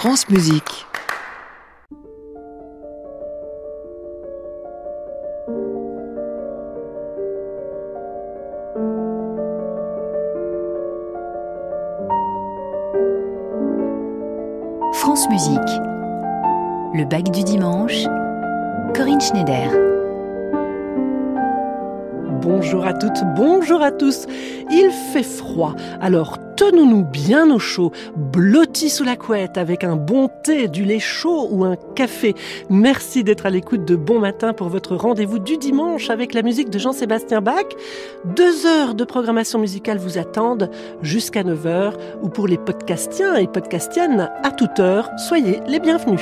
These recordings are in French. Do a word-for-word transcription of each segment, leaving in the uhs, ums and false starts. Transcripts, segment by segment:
France Musique. France Musique. Le bac du dimanche. Corinne Schneider. Bonjour à toutes, bonjour à tous. Il fait froid, alors tenons-nous bien au chaud, blottis sous la couette avec un bon thé, du lait chaud ou un café. Merci d'être à l'écoute de Bon Matin pour votre rendez-vous du dimanche avec la musique de Jean-Sébastien Bach. Deux heures de programmation musicale vous attendent jusqu'à neuf heures, ou pour les podcastiens et podcastiennes, à toute heure, soyez les bienvenus.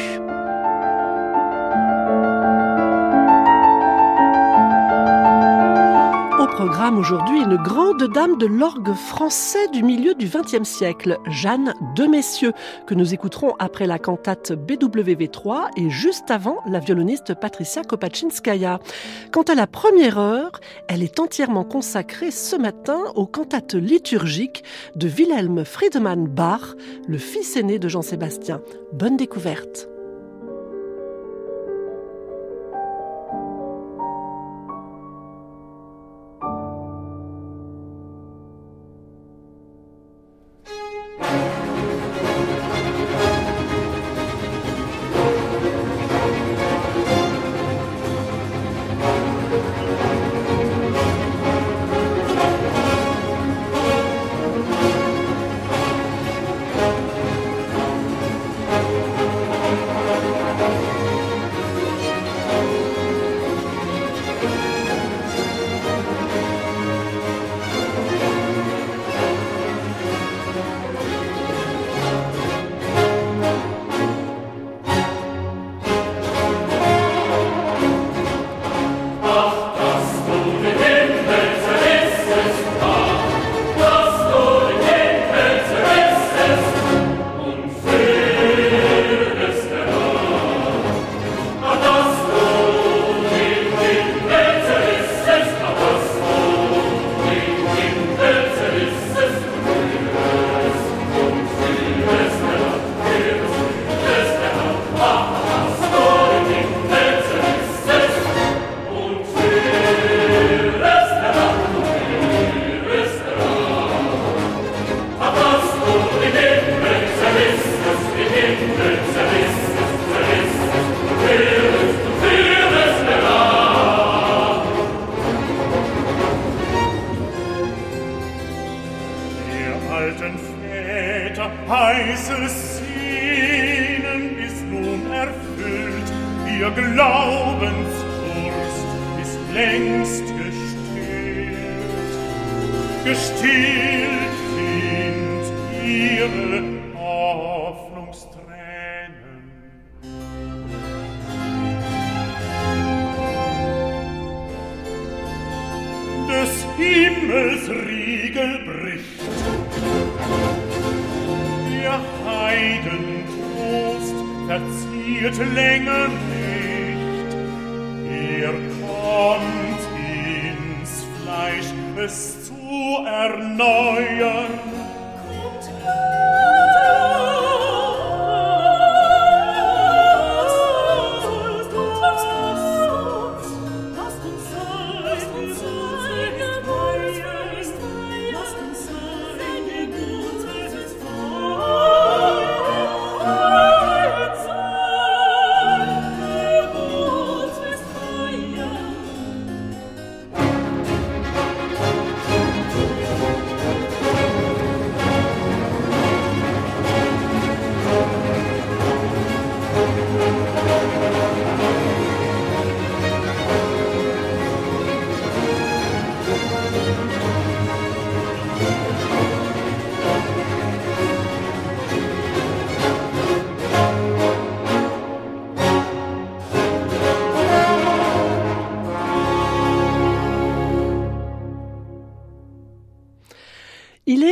Programme aujourd'hui une grande dame de l'orgue français du milieu du vingtième siècle, Jeanne de Messieux, que nous écouterons après la cantate B W V trois et juste avant la violoniste Patricia Kopachinskaya. Quant à la première heure, elle est entièrement consacrée ce matin aux cantates liturgiques de Wilhelm Friedemann Bach, le fils aîné de Jean-Sébastien. Bonne découverte.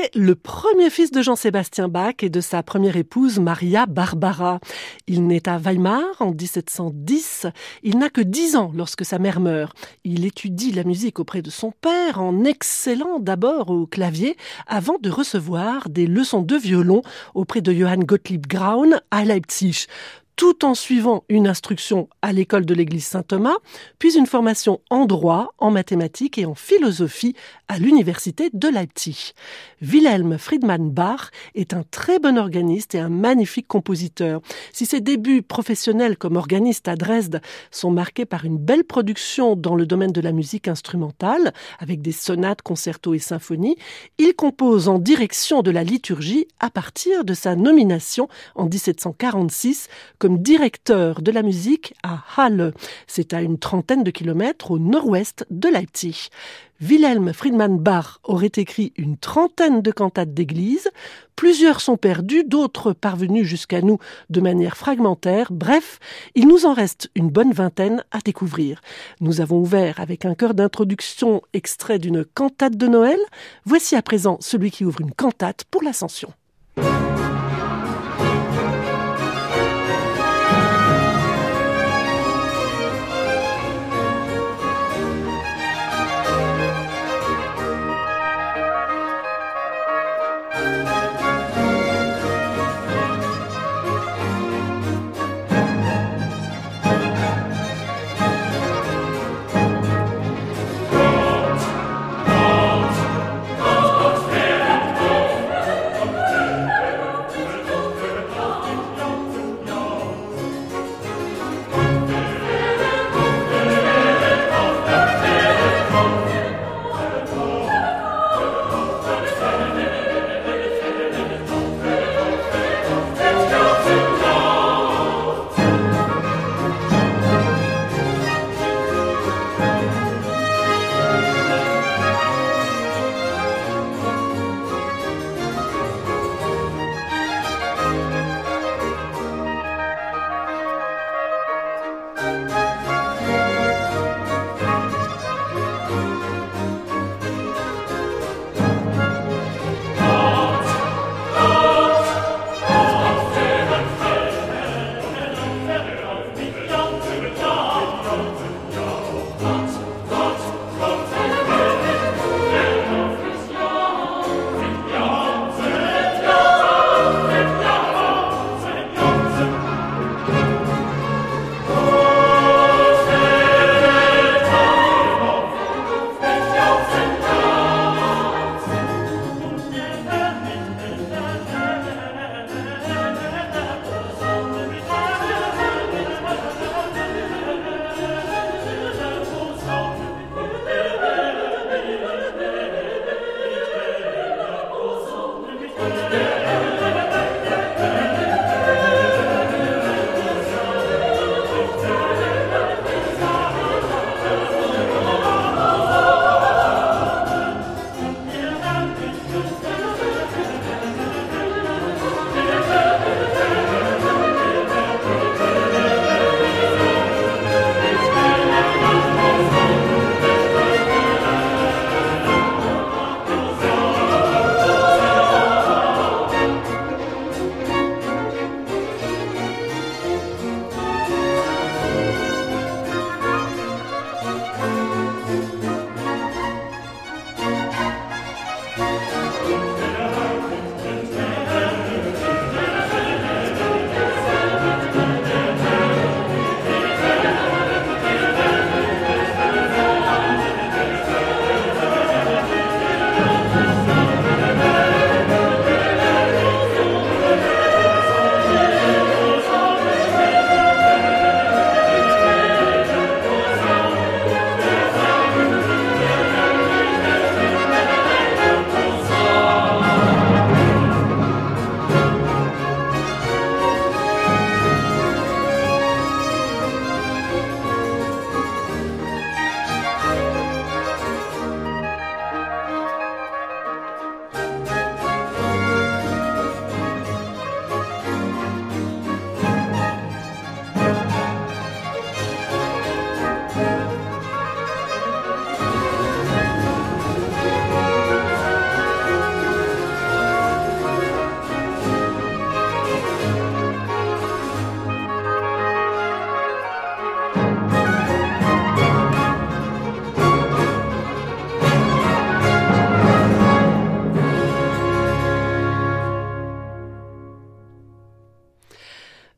est le premier fils de Jean-Sébastien Bach et de sa première épouse Maria Barbara. Il naît à Weimar en dix-sept cent dix. Il n'a que dix ans lorsque sa mère meurt. Il étudie la musique auprès de son père en excellant d'abord au clavier avant de recevoir des leçons de violon auprès de Johann Gottlieb Graun à Leipzig, tout en suivant une instruction à l'école de l'église Saint-Thomas, puis une formation en droit, en mathématiques et en philosophie à l'université de Leipzig. Wilhelm Friedemann Bach est un très bon organiste et un magnifique compositeur. Si ses débuts professionnels comme organiste à Dresde sont marqués par une belle production dans le domaine de la musique instrumentale, avec des sonates, concertos et symphonies, il compose en direction de la liturgie à partir de sa nomination en dix-sept cent quarante-six comme directeur de la musique à Halle. C'est à une trentaine de kilomètres au nord-ouest de Leipzig. Wilhelm Friedemann Bach aurait écrit une trentaine de cantates d'église. Plusieurs sont perdus, d'autres parvenus jusqu'à nous de manière fragmentaire. Bref, il nous en reste une bonne vingtaine à découvrir. Nous avons ouvert avec un chœur d'introduction extrait d'une cantate de Noël. Voici à présent celui qui ouvre une cantate pour l'Ascension.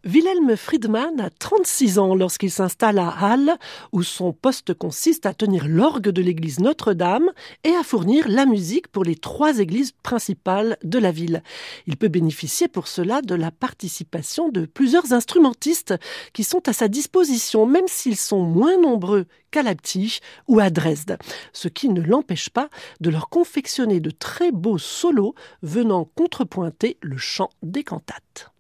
Wilhelm Friedmann a trente-six ans lorsqu'il s'installe à Halle, où son poste consiste à tenir l'orgue de l'église Notre-Dame et à fournir la musique pour les trois églises principales de la ville. Il peut bénéficier pour cela de la participation de plusieurs instrumentistes qui sont à sa disposition, même s'ils sont moins nombreux qu'à Leipzig ou à Dresde, ce qui ne l'empêche pas de leur confectionner de très beaux solos venant contrepointer le chant des cantates.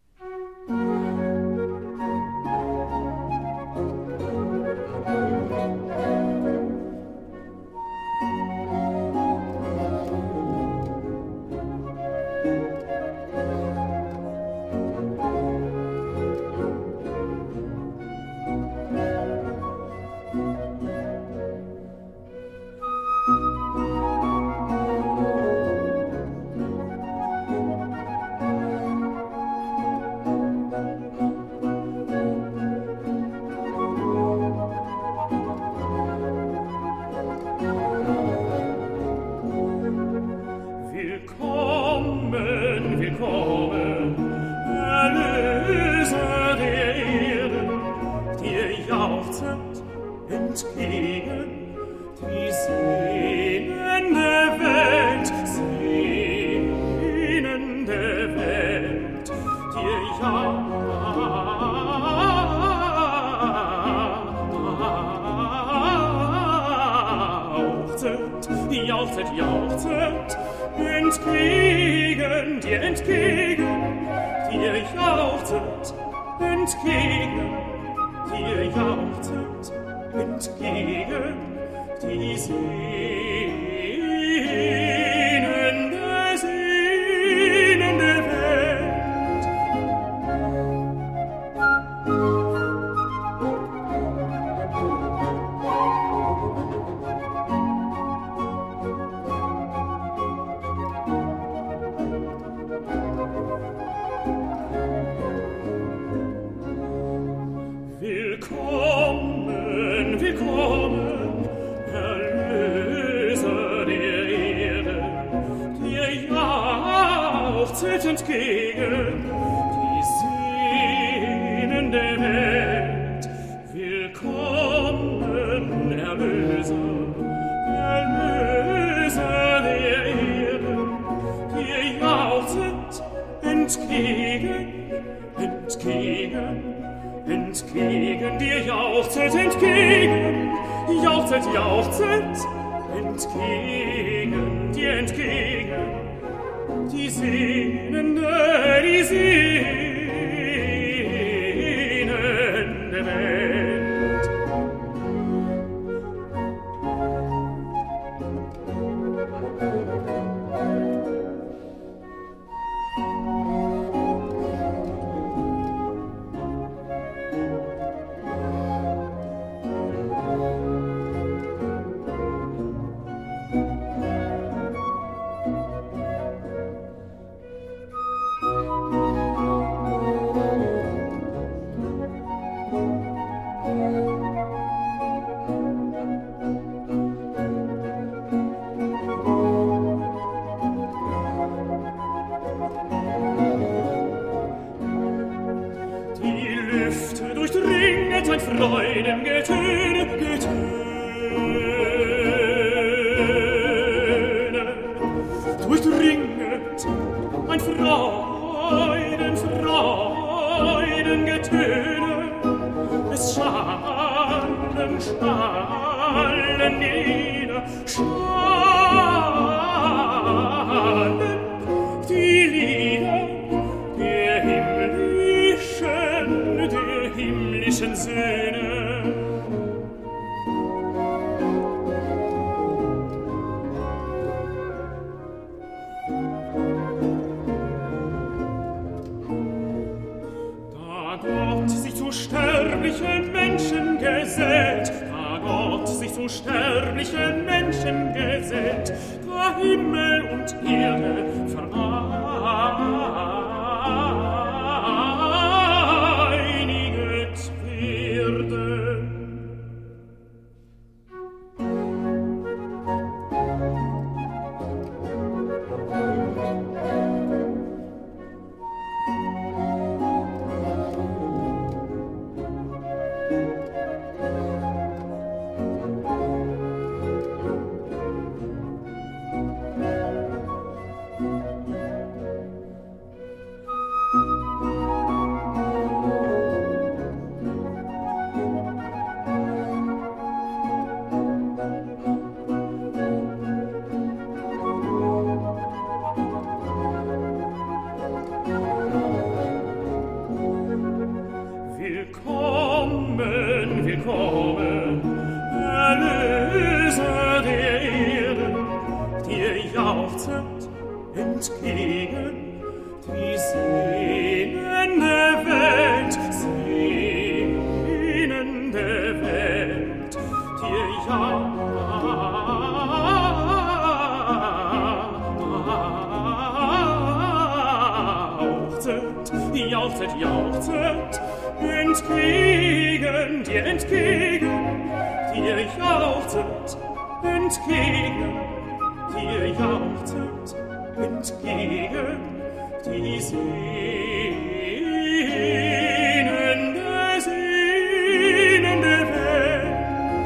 Jauchzet, jauchzet, entgegen, dir entgegen, dir jauchzet, entgegen, dir jauchzet, entgegen, die sehnende, sehnende Welt. Willkommen, willkommen, Erlöser der Erde, dir jauchzet entgegen die sehnende Welt. Willkommen, Erlöser, Erlöser der Erde, dir jauchzet entgegen, entgegen, entgegen, dir jauchzet entgegen, jauchzet, jauchzet, entgegen, dir entgegen, die sehnende, die sehnende Welt. Ein Freudengetöne, Getöne, durchdringet ein Freuden, Freudengetöne, es schallen, schallen nieder, schallen die Lieder der himmlischen, der himmlischen Söhne. Da Gott sich zu sterblichen Menschen gesellt, da Gott sich zu sterblichen Menschen gesellt, da Himmel und Erde vereiniget werden. jauchzet, jauchzet, entgegen, dir entgegen, dir jauchzet, entgegen, dir jauchzet, entgegen, die sehnende, sehnende Welt.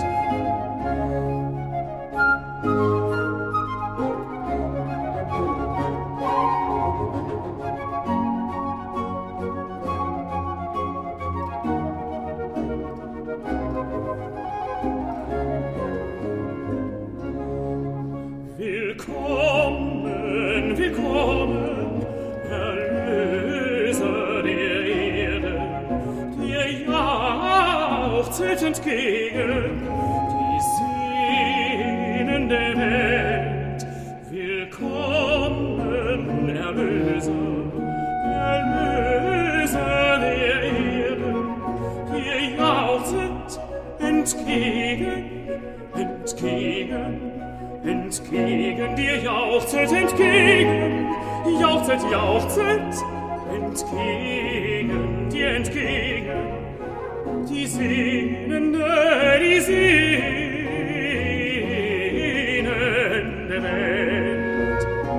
Willkommen, willkommen, Erlöser der Erde, dir jauchzet entgegen die sehnende Welt. Willkommen, Erlöser, Erlöser der Erde, dir jauchzet entgegen, entgegen, entgegen, dir jauchzet entgegen, jauchzet, jauchzet, entgegen, dir entgegen, die sehnende, die sehnende Welt.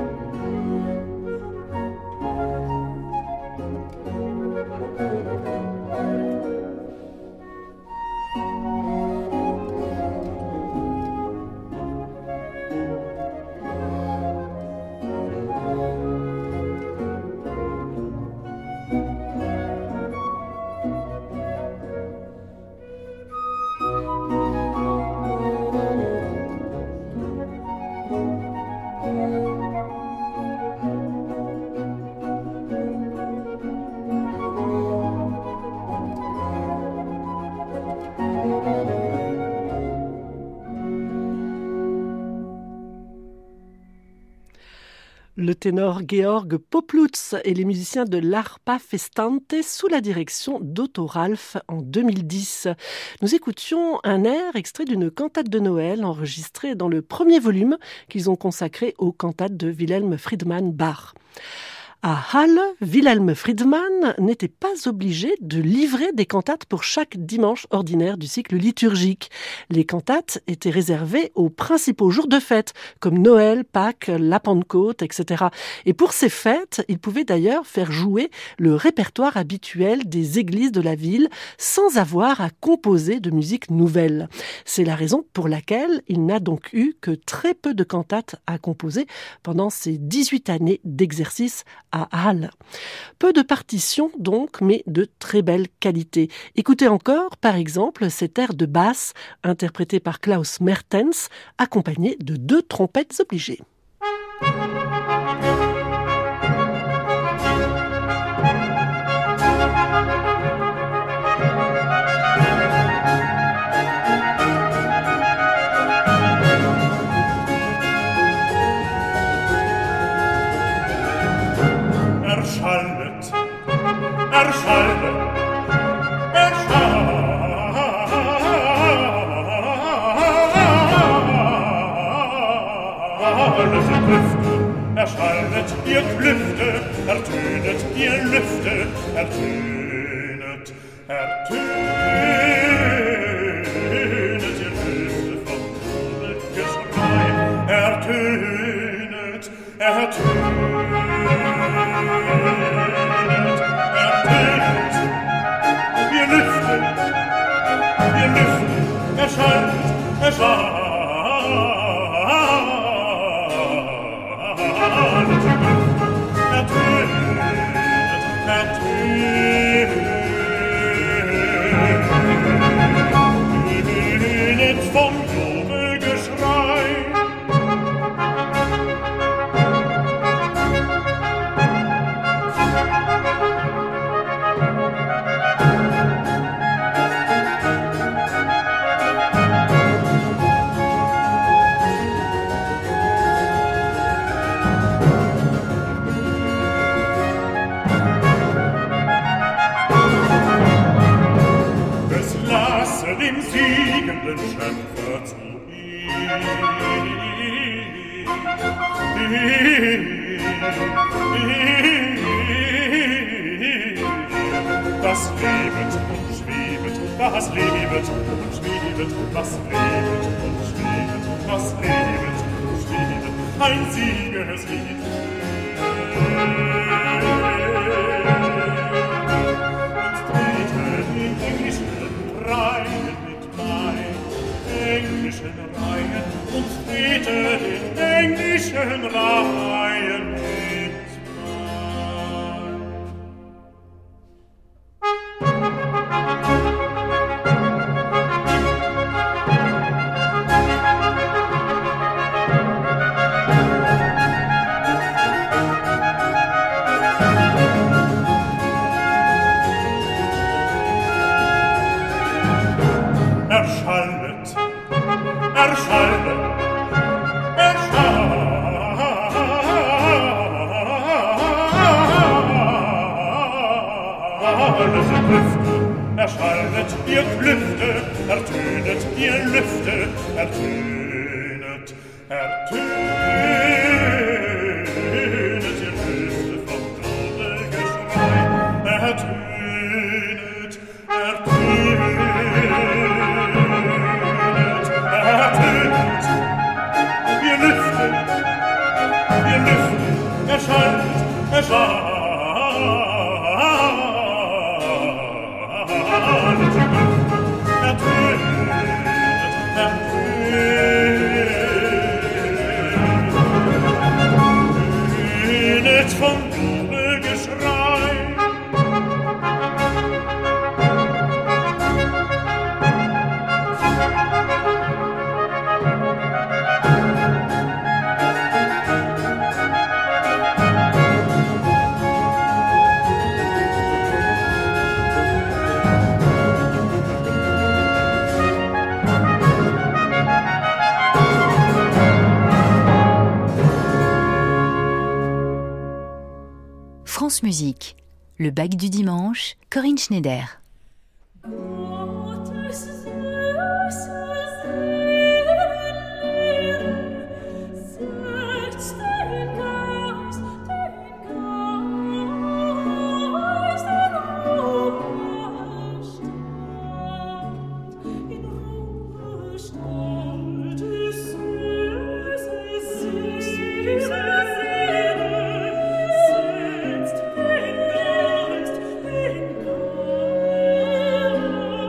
Le ténor Georg Poplutz et les musiciens de l'Arpa Festante sous la direction d'Otto Ralph en deux mille dix. Nous écoutions un air extrait d'une cantate de Noël enregistrée dans le premier volume qu'ils ont consacré aux cantates de Wilhelm Friedemann Bach. À Halle, Wilhelm Friedemann n'était pas obligé de livrer des cantates pour chaque dimanche ordinaire du cycle liturgique. Les cantates étaient réservées aux principaux jours de fête, comme Noël, Pâques, la Pentecôte, et cetera. Et pour ces fêtes, il pouvait d'ailleurs faire jouer le répertoire habituel des églises de la ville sans avoir à composer de musique nouvelle. C'est la raison pour laquelle il n'a donc eu que très peu de cantates à composer pendant ses dix-huit années d'exercice à Halle. Peu de partitions donc, mais de très belle qualité. Écoutez encore, par exemple, cet air de basse interprété par Klaus Mertens, accompagné de deux trompettes obligées. Erschallet, erschallet, erschallet, ihr Klüfte, ertönet, ihr Lüfte, ertönet, ertönet, ihr Lüfte vom Jubelgeschrei, ertönet, ertönet, ertönet, ihr Lüfte, ihr Lüfte, erschallet, erschallet, vom Jubelgeschrei. Dem siegenden Schöpfer zu ihm. was lebet und schwebet, was lebet und schwebet, was lebet und schwebet, was lebet und schwebet, ein Siegeslied. Und treten in englischen Reihen mit Wein, englischen Reihen, und treten in englischen Reihen mit erschallet, erschallet, erschallet ihr Klüfte, ertönet ihr Lüfte, ertönet, ertönet ihr Lüfte vom Trommelgeschrei, ertönet, ertönet, ertönet ihr Lüfte, ihr Lüfte, erschallet, erschallet. Vom Jubelgeschrei. France Musique, le bac du dimanche, Corinne Schneider. Setzt den Geist in Gang.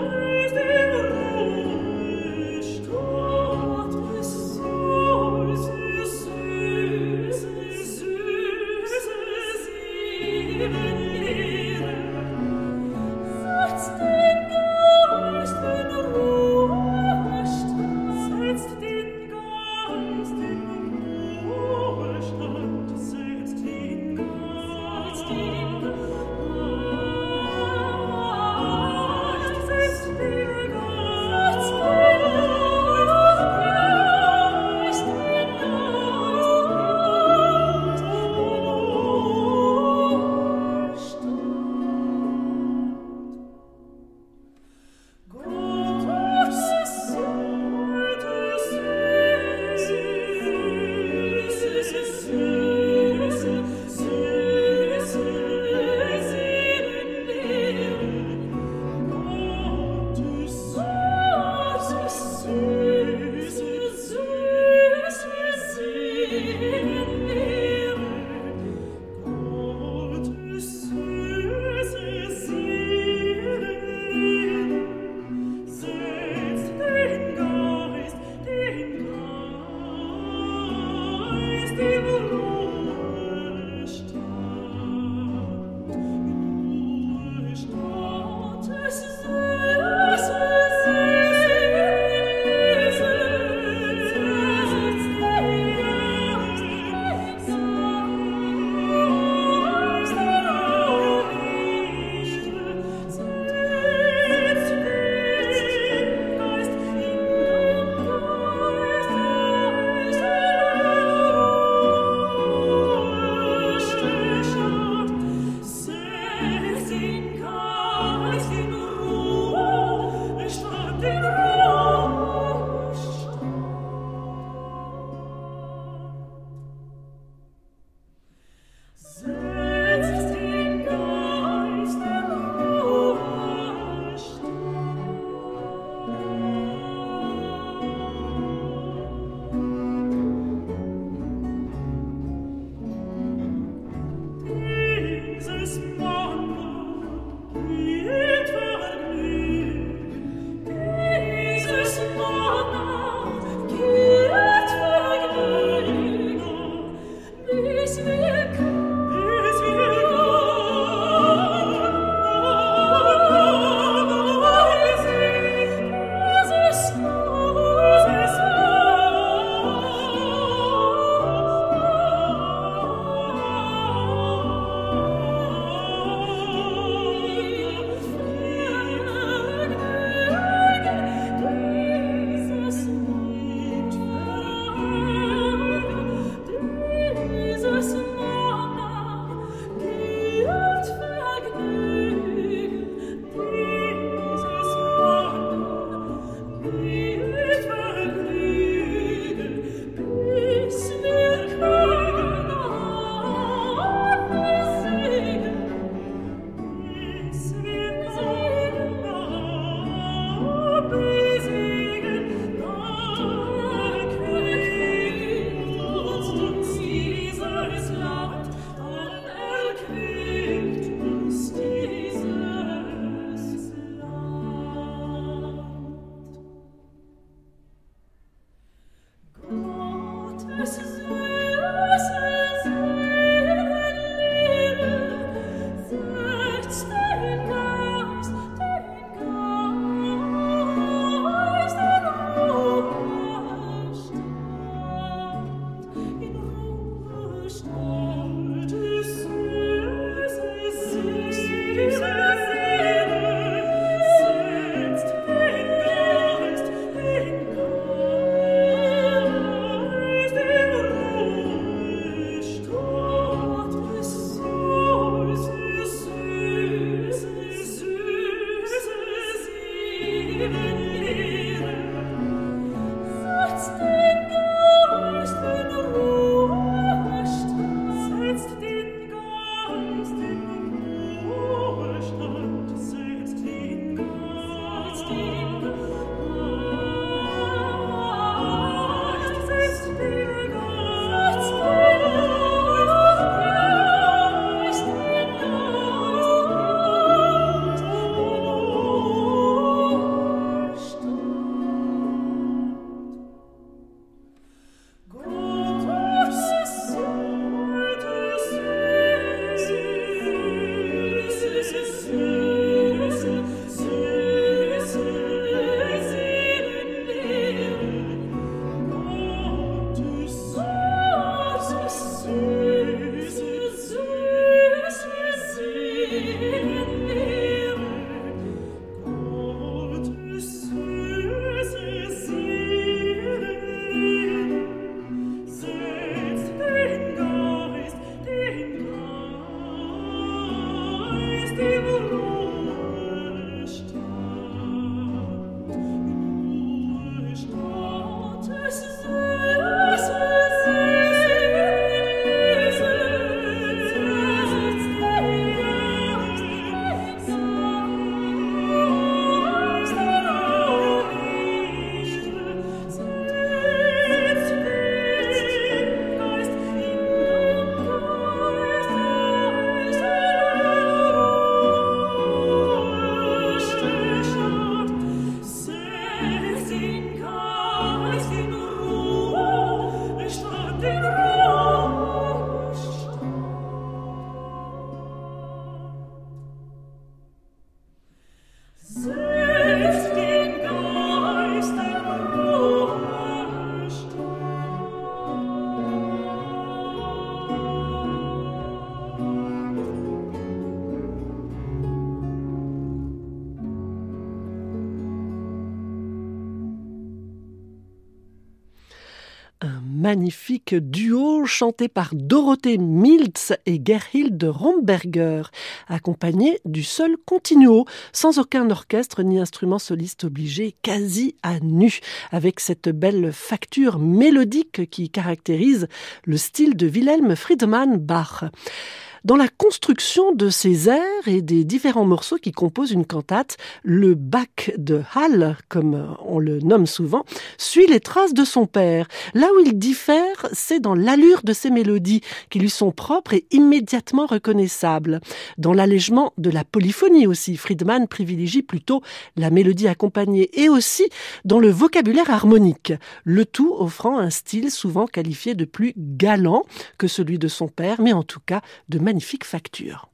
magnifique duo chanté par Dorothée Miltz et Gerhild Romberger, accompagné du seul continuo, sans aucun orchestre ni instrument soliste obligé, quasi à nu, avec cette belle facture mélodique qui caractérise le style de Wilhelm Friedemann Bach. Dans la construction de ces airs et des différents morceaux qui composent une cantate, le Bach de Halle, comme on le nomme souvent, suit les traces de son père. Là où il diffère, c'est dans l'allure de ses mélodies, qui lui sont propres et immédiatement reconnaissables. Dans l'allègement de la polyphonie aussi, Friedemann privilégie plutôt la mélodie accompagnée, et aussi dans le vocabulaire harmonique, le tout offrant un style souvent qualifié de plus galant que celui de son père, mais en tout cas de magnifique facture.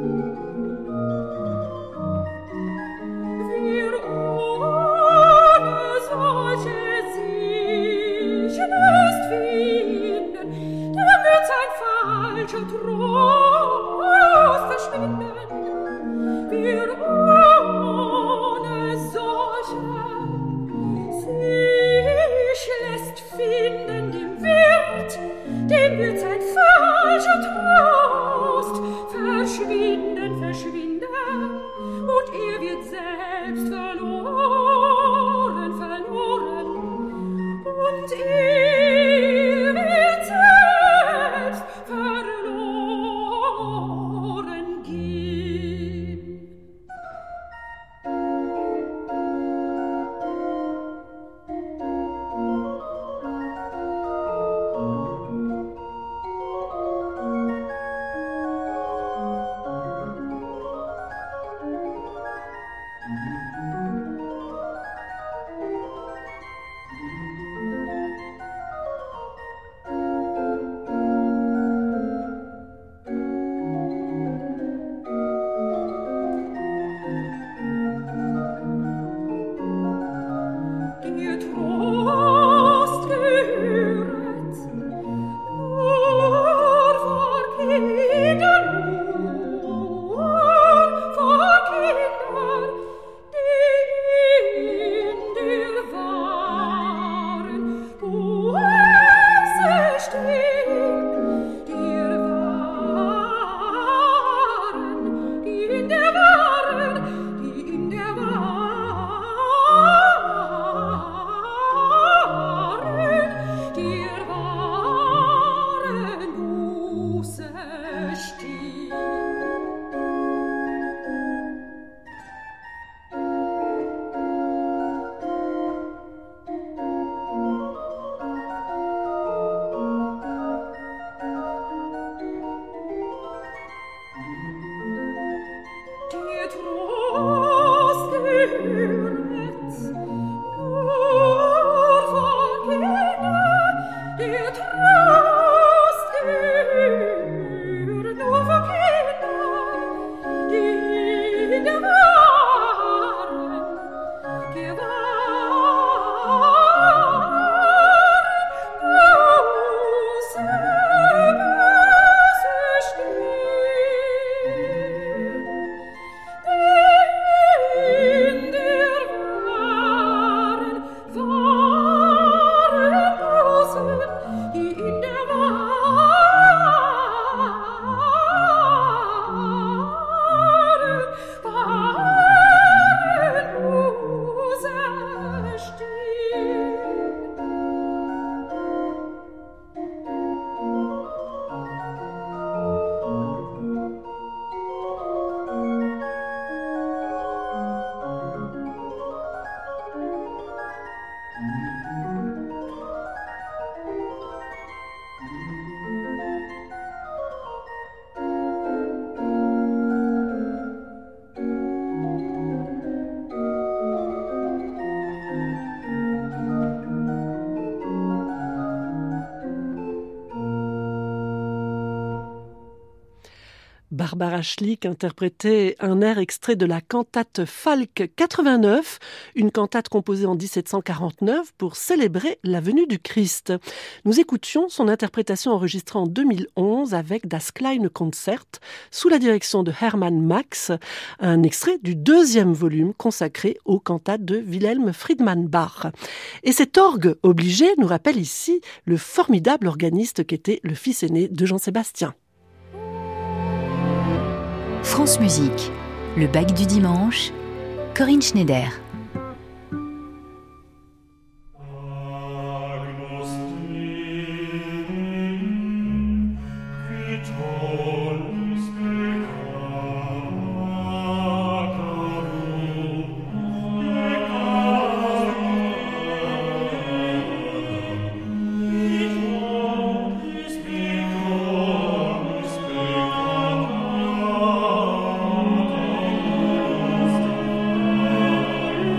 Wir ohne Barbara Schlick interprétait un air extrait de la cantate Falk quatre-vingt-neuf, une cantate composée en dix-sept cent quarante-neuf pour célébrer la venue du Christ. Nous écoutions son interprétation enregistrée en deux mille onze avec Das Kleine Konzert sous la direction de Hermann Max, un extrait du deuxième volume consacré aux cantates de Wilhelm Friedman Bach. Et cet orgue obligé nous rappelle ici le formidable organiste qu'était le fils aîné de Jean-Sébastien. France Musique, le bac du dimanche, Corinne Schneider. Oh,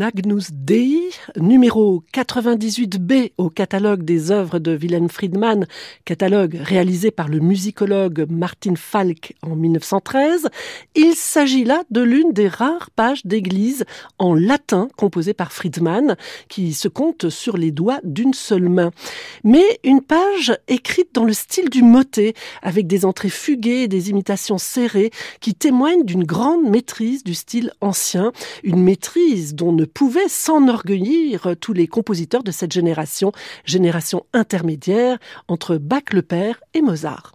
Agnus Dei, numéro quatre-vingt-dix-huit B au catalogue des œuvres de Wilhelm Friedman, catalogue réalisé par le musicologue Martin Falk en mille neuf cent treize. Il s'agit là de l'une des rares pages d'église en latin composée par Friedman, qui se compte sur les doigts d'une seule main. Mais une page écrite dans le style du motet, avec des entrées fuguées et des imitations serrées, qui témoignent d'une grande maîtrise du style ancien, une maîtrise dont ne pouvaient s'enorgueillir tous les compositeurs de cette génération, génération intermédiaire entre Bach le père et Mozart.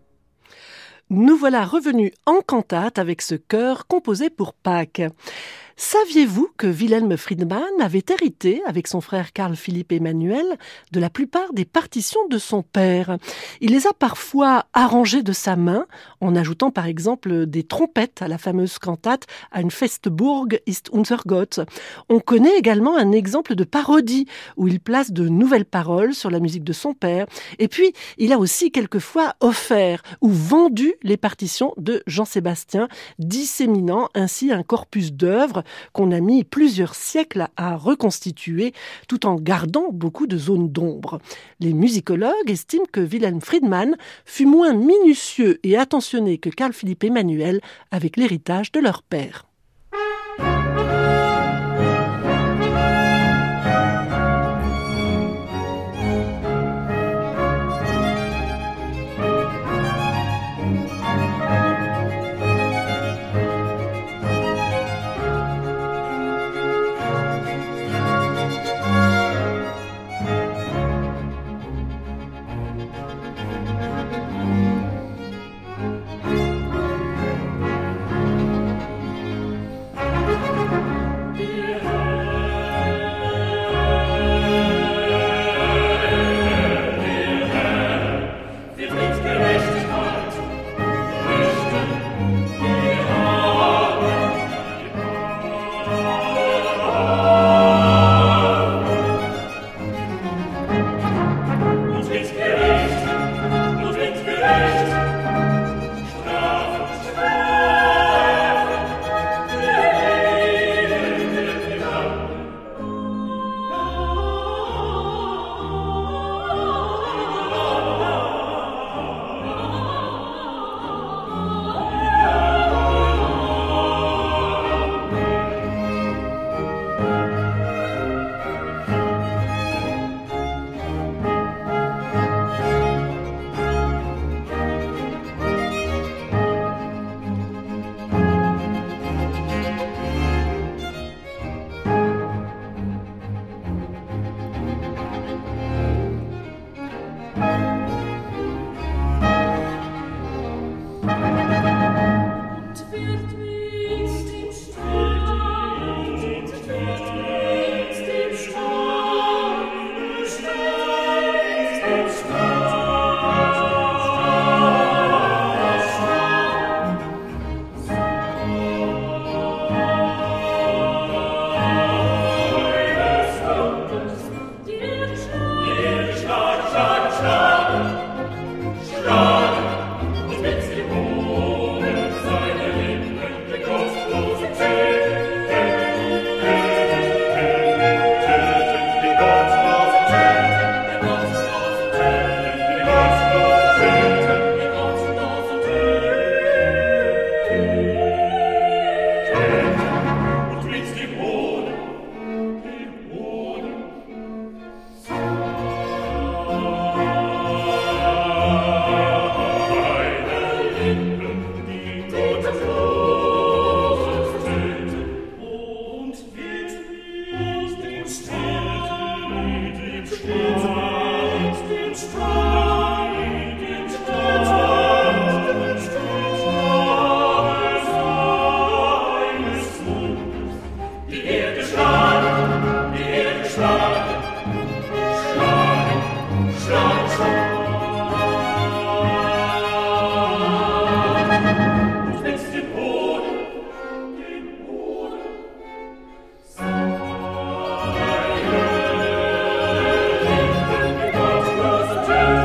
Nous voilà revenus en cantate avec ce chœur composé pour Pâques. Saviez-vous que Wilhelm Friedman avait hérité, avec son frère Carl Philipp Emanuel, de la plupart des partitions de son père? Il les a parfois arrangées de sa main, en ajoutant par exemple des trompettes à la fameuse cantate Ein Festburg ist unser Gott. On connaît également un exemple de parodie, où il place de nouvelles paroles sur la musique de son père. Et puis, il a aussi quelquefois offert ou vendu les partitions de Jean-Sébastien, disséminant ainsi un corpus d'œuvres qu'on a mis plusieurs siècles à reconstituer, tout en gardant beaucoup de zones d'ombre. Les musicologues estiment que Wilhelm Friedman fut moins minutieux et attentionné que Carl Philipp Emanuel avec l'héritage de leur père. Thank you.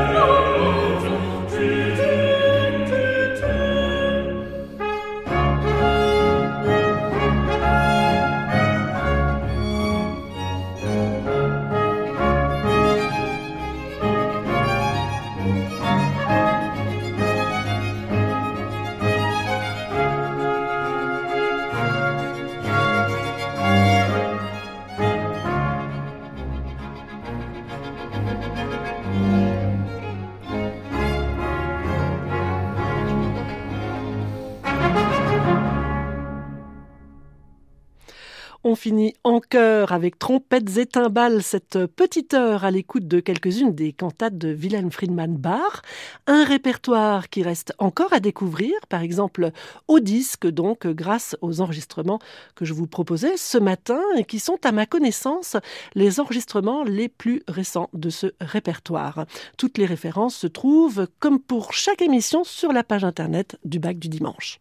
On finit en chœur avec trompettes et timbales cette petite heure à l'écoute de quelques-unes des cantates de Wilhelm Friedman Bach. Un répertoire qui reste encore à découvrir, par exemple au disque, donc grâce aux enregistrements que je vous proposais ce matin et qui sont à ma connaissance les enregistrements les plus récents de ce répertoire. Toutes les références se trouvent, comme pour chaque émission, sur la page internet du Bac du Dimanche.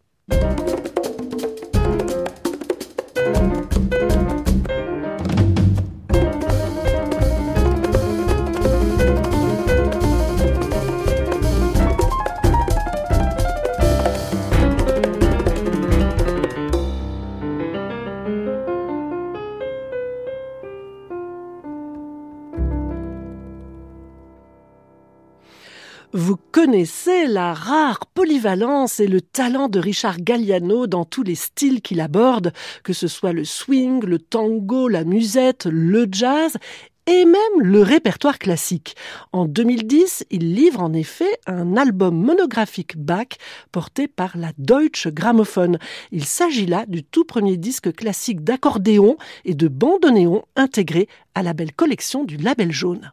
Vous connaissez la rare polyvalence et le talent de Richard Galliano dans tous les styles qu'il aborde, que ce soit le swing, le tango, la musette, le jazz et même le répertoire classique. En deux mille dix, il livre en effet un album monographique Bach porté par la Deutsche Grammophon. Il s'agit là du tout premier disque classique d'accordéon et de bandoneon intégré à la belle collection du Label Jaune.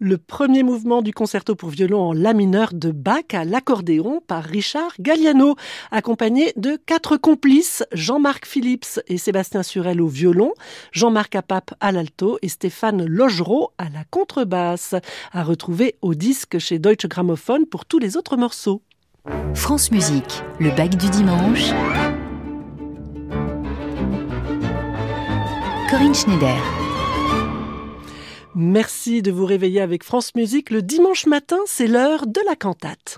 Le premier mouvement du concerto pour violon en la mineur de Bach à l'accordéon par Richard Galliano, accompagné de quatre complices, Jean-Marc Phillips et Sébastien Surel au violon, Jean-Marc Apap à l'alto et Stéphane Logereau à la contrebasse, à retrouver au disque chez Deutsche Grammophon pour tous les autres morceaux. France Musique, le Bach du dimanche. Corinne Schneider. Merci de vous réveiller avec France Musique. Le dimanche matin, c'est l'heure de la cantate.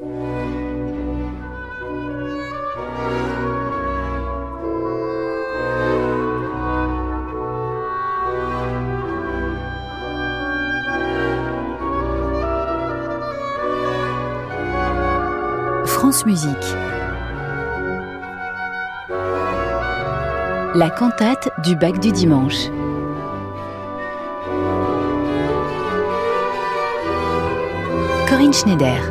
France Musique. La cantate du Bach du dimanche. Corinne Schneider.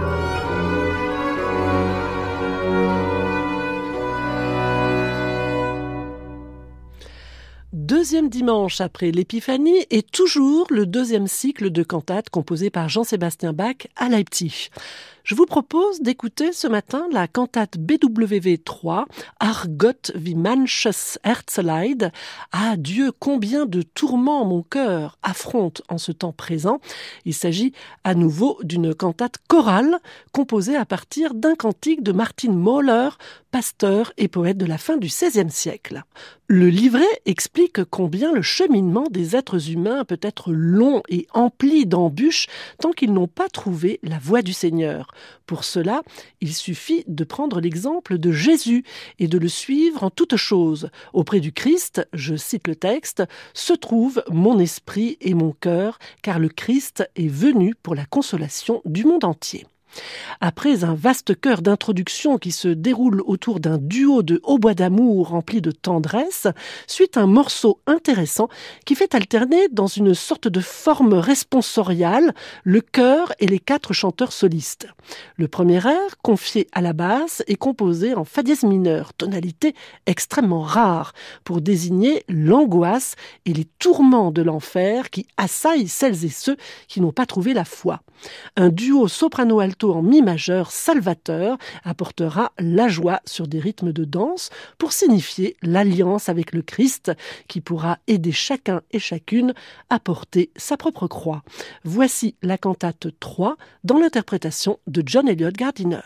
Deuxième dimanche après l'Épiphanie et toujours le deuxième cycle de cantates composé par Jean-Sébastien Bach à Leipzig. Je vous propose d'écouter ce matin la cantate B W V trois, Ach Gott, wie manches Herz leid, Ah Dieu, combien de tourments mon cœur affronte en ce temps présent. Il s'agit à nouveau d'une cantate chorale composée à partir d'un cantique de Martin Mahler, pasteur et poète de la fin du seizième siècle. Le livret explique combien le cheminement des êtres humains peut être long et empli d'embûches tant qu'ils n'ont pas trouvé la voie du Seigneur. Pour cela, il suffit de prendre l'exemple de Jésus et de le suivre en toutes choses. Auprès du Christ, je cite le texte, « se trouve mon esprit et mon cœur, car le Christ est venu pour la consolation du monde entier. » Après un vaste chœur d'introduction qui se déroule autour d'un duo de hautbois d'amour rempli de tendresse, suit un morceau intéressant qui fait alterner dans une sorte de forme responsoriale le chœur et les quatre chanteurs solistes. Le premier air, confié à la basse, est composé en fa dièse mineur, tonalité extrêmement rare, pour désigner l'angoisse et les tourments de l'enfer qui assaillent celles et ceux qui n'ont pas trouvé la foi. Un duo soprano-alto en mi majeur salvateur apportera la joie sur des rythmes de danse pour signifier l'alliance avec le Christ qui pourra aider chacun et chacune à porter sa propre croix. Voici la cantate trois dans l'interprétation de John Eliot Gardiner.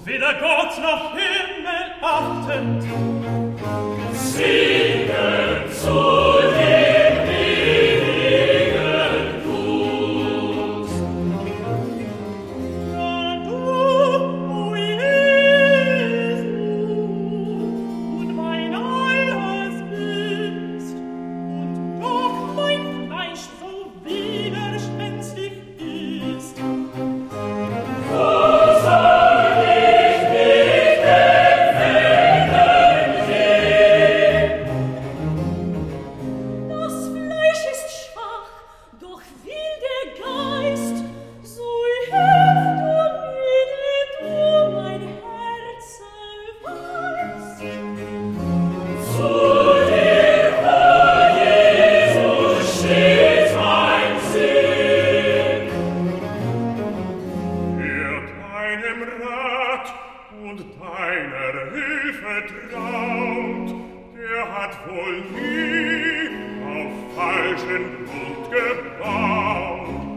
weder Gott noch Himmel achtend. Singen zu dem ewigen Gut. Ja, du, o Jesu, und mein Alles bist, und doch mein Fleisch so widerspenstig ist. Wo soll ich mich defenden sehen? Das Fleisch ist schwach, doch will der Geist. So hilf du mir, du mein Herz weißt. Zu dir, o Jesus, steht mein Sinn. Wer deinem Rat und deiner Hilfe traut, der hat wohl nie auf falschen Grund gebaut.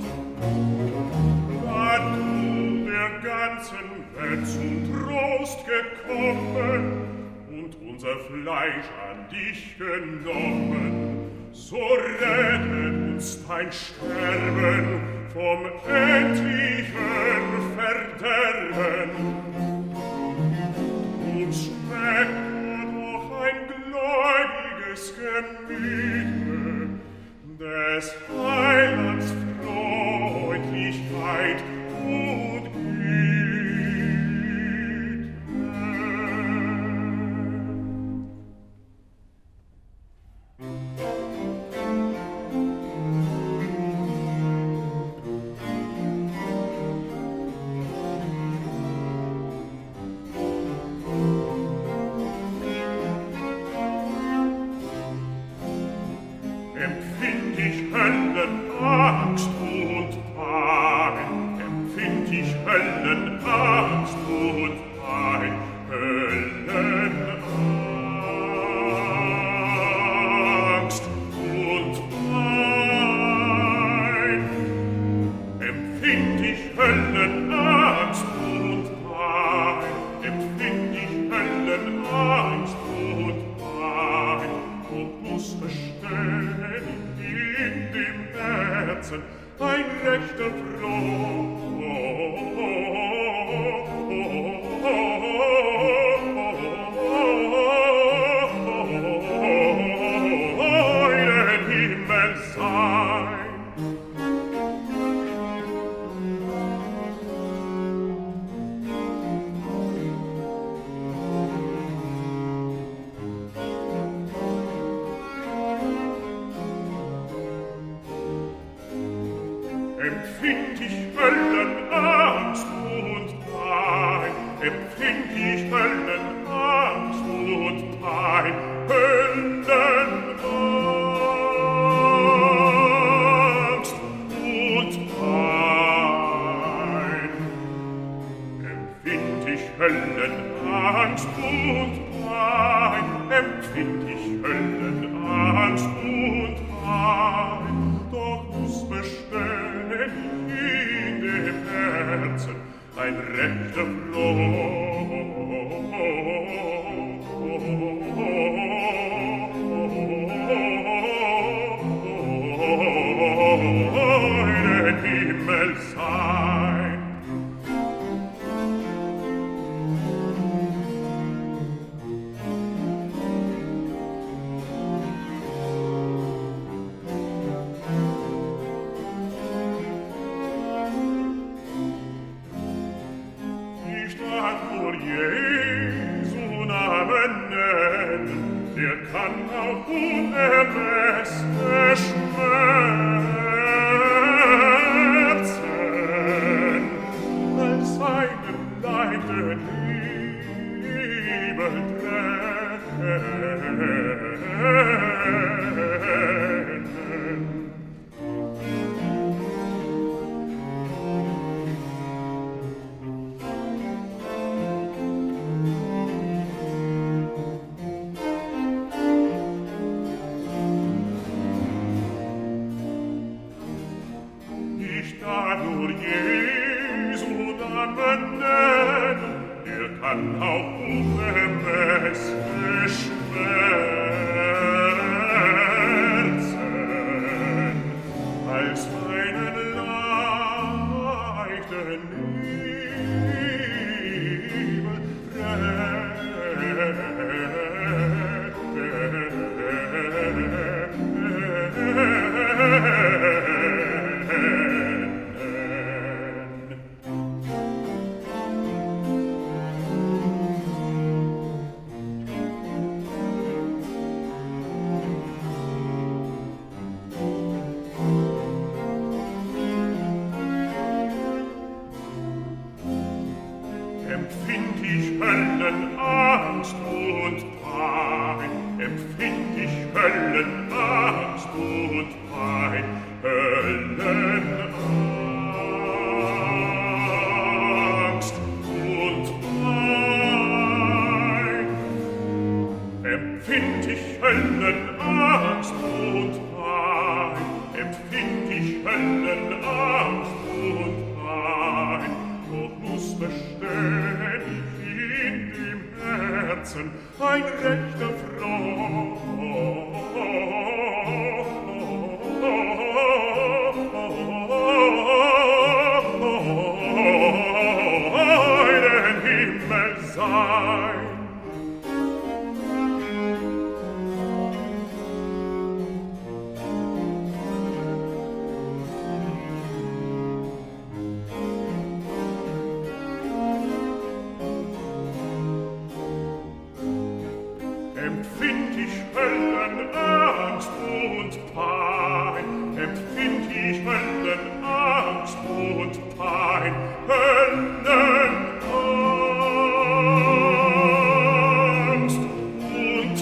Da du der ganzen Welt zum Trost gekommen und unser Fleisch an dich genommen, so rettet uns dein Sterben vom endlichen Verderben. Uns schmeckt doch ein gläubiges Gemüte des Heilands Freundlichkeit und Güte. Empfind ich Höllenangst und Pein, empfind ich Höllenangst und Pein, Höllenangst und Pein. Empfind ich Höllenangst und Pein, empfind ich Höllenangst und Pein, und muss bestehen in dem Herzen ein rechter Freude Himmel sein. Empfind ich Höllenangst und Pein, empfind ich Höllenangst und Pein, Höllenangst und Pein. Empfind ich Höllenangst und Pein, empfind ich Höllenangst und Pein, doch muss bestehen in dem Herzen ein rechter Freude Himmel sein. Ich darf nur Jesu Namen nennen, der kann auch unermessene Schmerzen als seinen Leiden Liebe trennen. Ich darf nur Jesu Namen nennen, Höllenangst und Pein, Höllenangst und Pein. Empfind ich Höllenangst und Pein, empfind ich Höllenangst und Pein, doch muss bestehen in dem Herzen ein rechter Freude Himmel sein. Empfind ich Höllenangst und Pein, empfind ich Höllenangst und Pein, Höllenangst und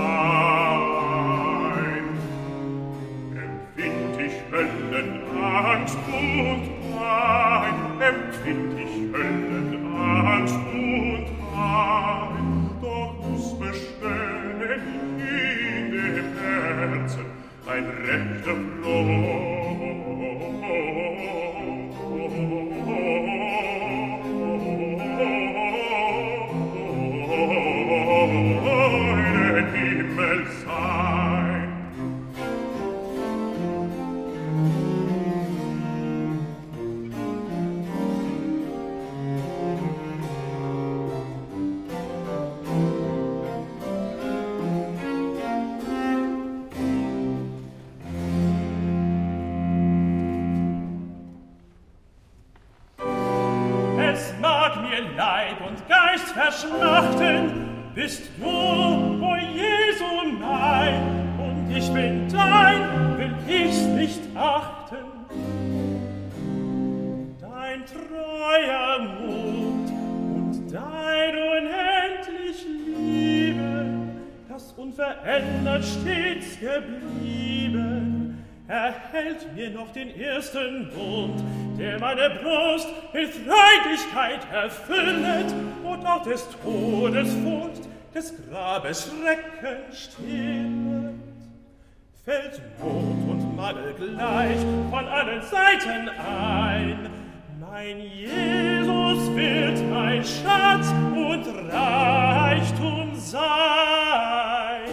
Pein. Empfind ich Höllenangst und Pein, empfind ich Höllenangst und Pein, doch muss bestehen in dem Herzen ein rechter Freude Himmel sein. Es mag mir Leib und Geist verschmachten, bist du, o Jesu, mein, und ich bin dein, will ich's nicht achten. Dein treuer Mut und dein unendlich Liebe, das unverändert stets geblieben, erhält mir noch den ersten Bund, der meine Brust mit Freudigkeit erfüllet und auch des Todes Furcht, des Grabes Schrecken stillet. Fällt Not und Mangel gleich von allen Seiten ein, mein Jesus wird mein Schatz und Reichtum sein.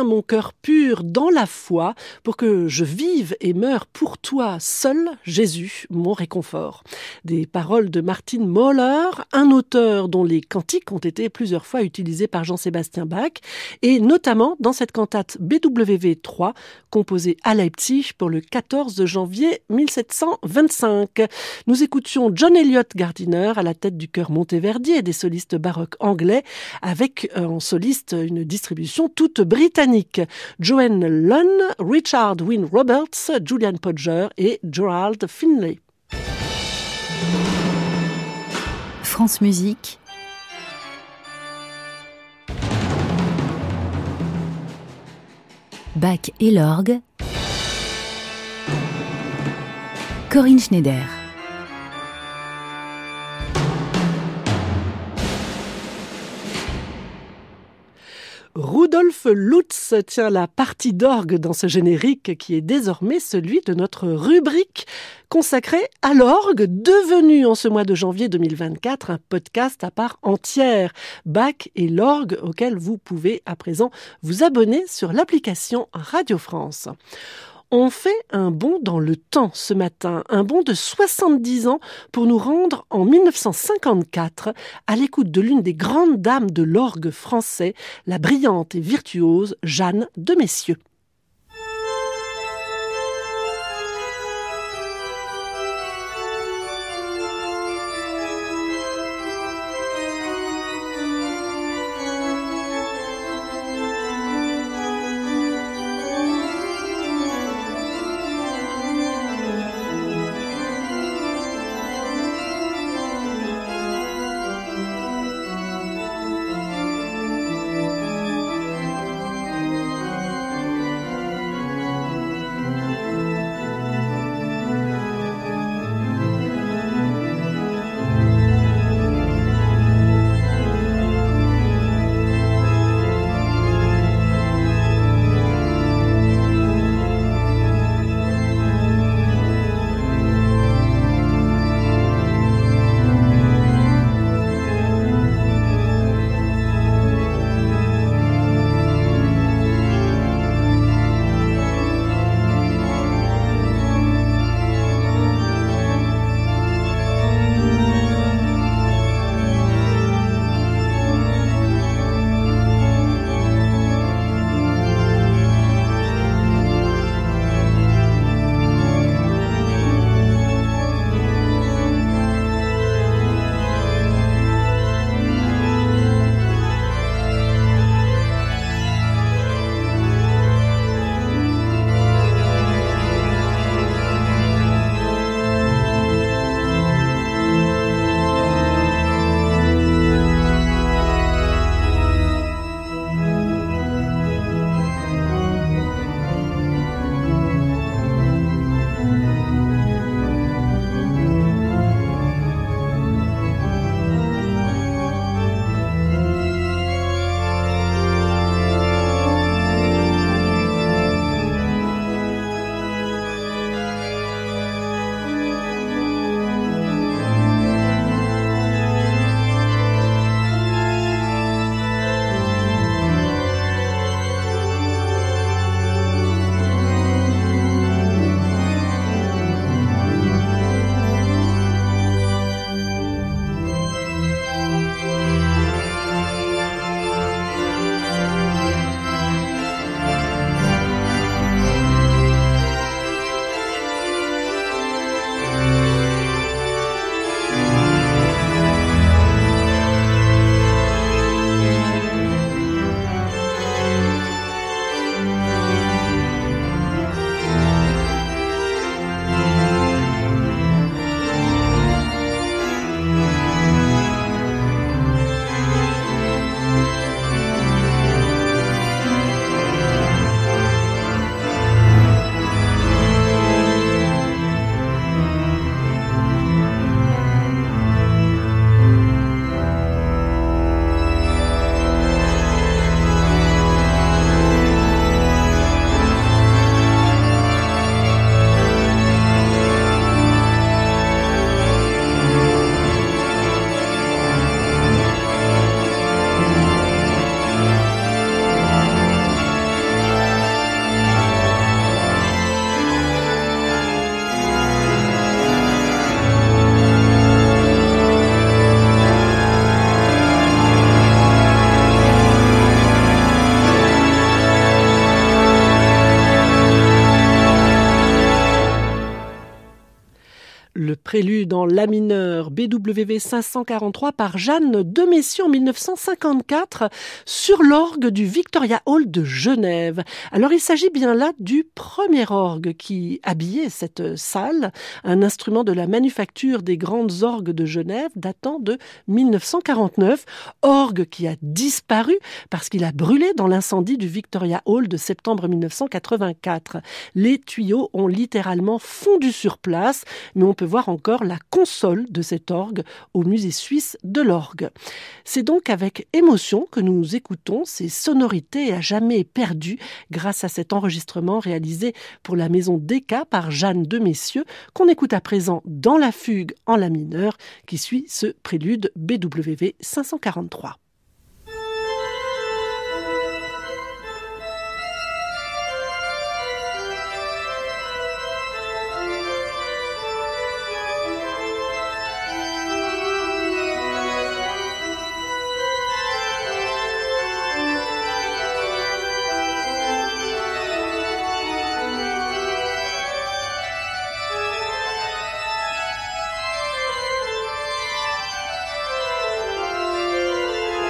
mon cœur pur dans la foi, pour que je vive et meure pour toi seul, Jésus, mon réconfort. Des paroles de Martin Mahler, un auteur dont les cantiques ont été plusieurs fois utilisés par Jean-Sébastien Bach, et notamment dans cette cantate B W V trois, composée à Leipzig pour le quatorze janvier mille sept cent vingt-cinq. Nous écoutions John Eliot Gardiner à la tête du chœur Monteverdi et des solistes baroques anglais, avec euh, en soliste une distribution toute britannique. Joanne Lunn, Richard Wynne Roberts, Julian Podger et Gerald Finlay. France Musique. Bach et l'orgue. Corinne Schneider. Rudolf Lutz tient la partie d'orgue dans ce générique qui est désormais celui de notre rubrique consacrée à l'orgue, devenu en ce mois de janvier deux mille vingt-quatre un podcast à part entière, Bach et l'orgue, auquel vous pouvez à présent vous abonner sur l'application Radio France. On fait un bond dans le temps ce matin, un bond de soixante-dix ans pour nous rendre en mille neuf cent cinquante-quatre à l'écoute de l'une des grandes dames de l'orgue français, la brillante et virtuose Jeanne de Messieux. Le prélude en la mineur B W V cinq cent quarante-trois par Jeanne de Messier en mille neuf cent cinquante-quatre sur l'orgue du Victoria Hall de Genève. Alors il s'agit bien là du premier orgue qui habillait cette salle, un instrument de la manufacture des grandes orgues de Genève datant de mille neuf cent quarante-neuf, orgue qui a disparu parce qu'il a brûlé dans l'incendie du Victoria Hall de septembre mille neuf cent quatre-vingt-quatre. Les tuyaux ont littéralement fondu sur place, mais on peut voir encore la console de cet orgue au musée suisse de l'orgue. C'est donc avec émotion que nous écoutons ces sonorités à jamais perdues grâce à cet enregistrement réalisé pour la maison Decca par Jeanne de Messier, qu'on écoute à présent dans la fugue en la mineur qui suit ce prélude B W V cinq cent quarante-trois. Thank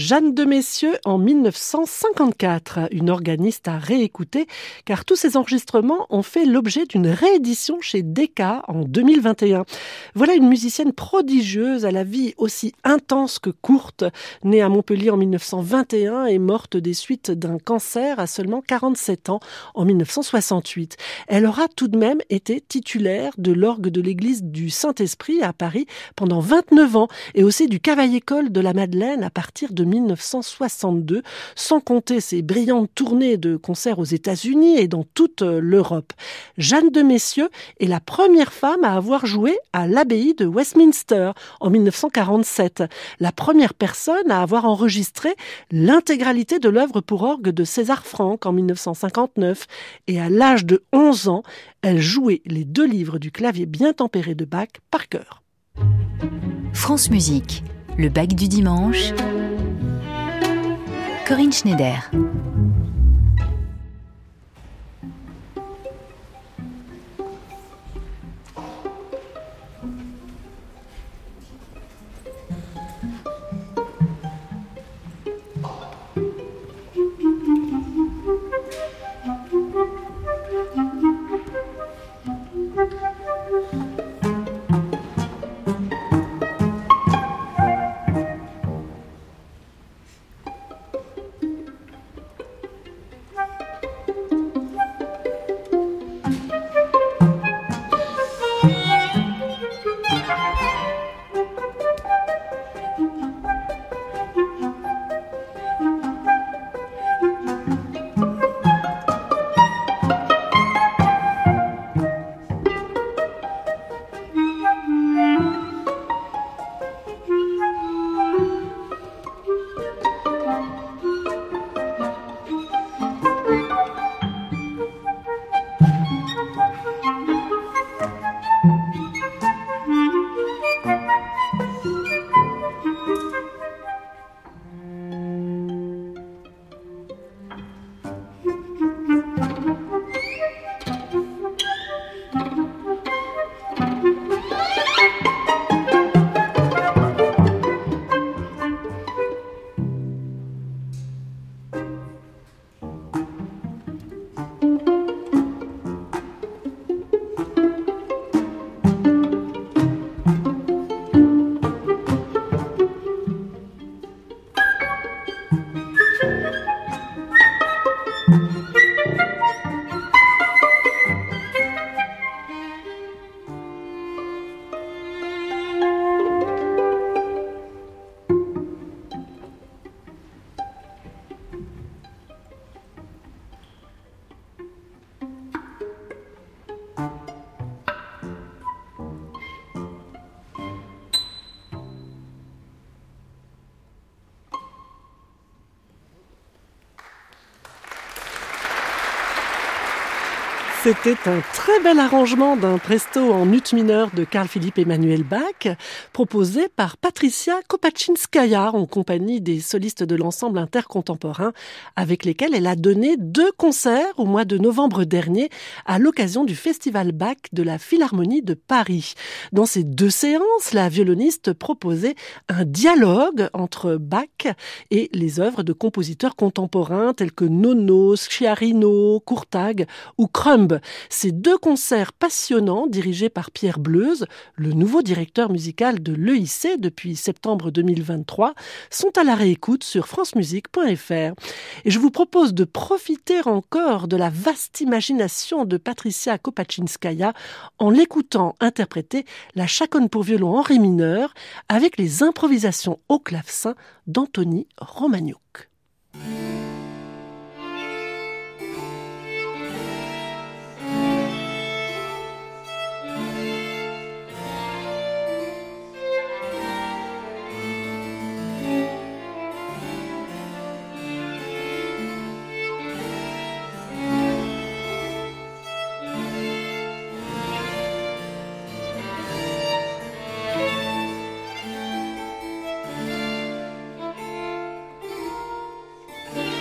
Jeanne de Messieux en mille neuf cent cinquante-quatre, une organiste à réécouter car tous ces enregistrements ont fait l'objet d'une réédition chez Decca en deux mille vingt et un. Voilà une musicienne prodigieuse à la vie aussi intense que courte, née à Montpellier en mille neuf cent vingt et un et morte des suites d'un cancer à seulement quarante-sept ans en mille neuf cent soixante-huit. Elle aura tout de même été titulaire de l'orgue de l'église du Saint-Esprit à Paris pendant vingt-neuf ans et aussi du Cavaille-École de la Madeleine à partir de mille neuf cent soixante-deux, sans compter ses brillantes tournées de concerts aux États-Unis et dans toute l'Europe. Jeanne de Messieux est la première femme à avoir joué à l'abbaye de Westminster en mille neuf cent quarante-sept, la première personne à avoir enregistré l'intégralité de l'œuvre pour orgue de César Franck en mille neuf cent cinquante-neuf, et à l'âge de onze ans, elle jouait les deux livres du clavier bien tempéré de Bach par cœur. France Musique, le bac du dimanche. Corinne Schneider. C'était un très bel arrangement d'un presto en ut mineur de Carl Philipp Emanuel Bach, proposé par Patricia Kopaczinskaja en compagnie des solistes de l'ensemble intercontemporain avec lesquels elle a donné deux concerts au mois de novembre dernier à l'occasion du Festival Bach de la Philharmonie de Paris. Dans ces deux séances, la violoniste proposait un dialogue entre Bach et les œuvres de compositeurs contemporains tels que Nono, Sciarrino, Kurtág ou Crumb. Ces deux concerts passionnants, dirigés par Pierre Bleuze, le nouveau directeur musical de l'E I C depuis septembre deux mille vingt-trois, sont à la réécoute sur francemusique point f r. Et je vous propose de profiter encore de la vaste imagination de Patricia Kopaczinskaja en l'écoutant interpréter la chaconne pour violon en ré mineur avec les improvisations au clavecin d'Anthony Romagnoc. Thank you.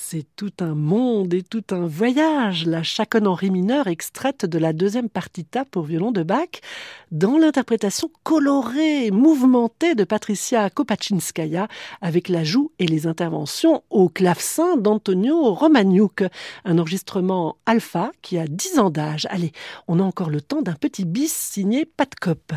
C'est tout un monde et tout un voyage, la chaconne en ré mineur extraite de la deuxième partita pour violon de Bach, dans l'interprétation colorée, mouvementée de Patricia Kopaczinskaja, avec l'ajout et les interventions au clavecin d'Antonio Romaniuk. Un enregistrement alpha qui a dix ans d'âge. Allez, on a encore le temps d'un petit bis signé Pat Cop.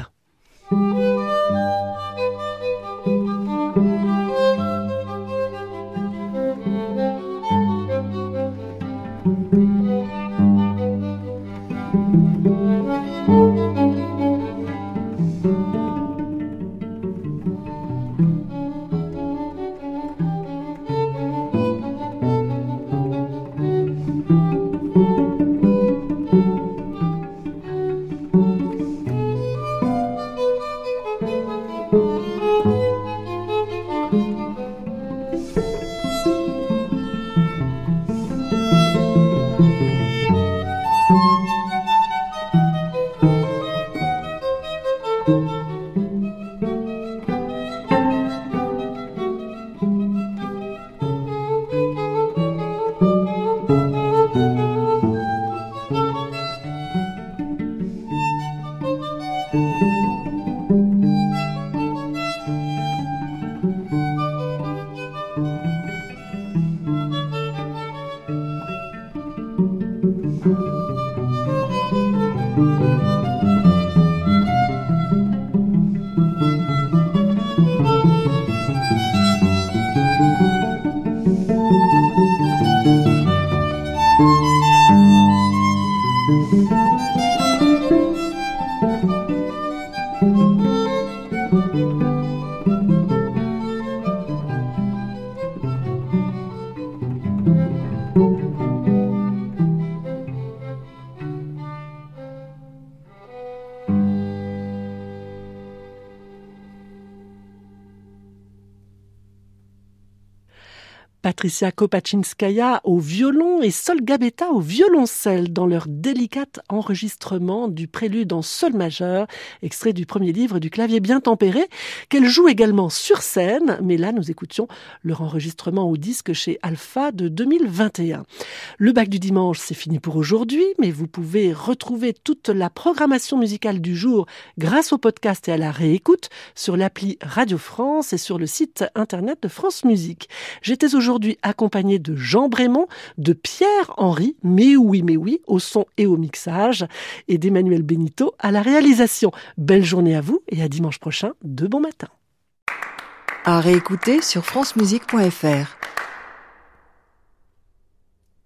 Patricia Kopaczinskaja au violon et Sol Gabetta au violoncelle dans leur délicat enregistrement du prélude en sol majeur, extrait du premier livre du clavier bien tempéré, qu'elle joue également sur scène, mais là nous écoutions leur enregistrement au disque chez Alpha de deux mille vingt et un. Le bac du dimanche, c'est fini pour aujourd'hui, mais vous pouvez retrouver toute la programmation musicale du jour grâce au podcast et à la réécoute sur l'appli Radio France et sur le site internet de France Musique. J'étais aujourd'hui Aujourd'hui accompagné de Jean Brémond, de Pierre-Henri, mais oui, mais oui, au son et au mixage, et d'Emmanuel Benito à la réalisation. Belle journée à vous et à dimanche prochain de bon matin. À réécouter sur francemusique point f r.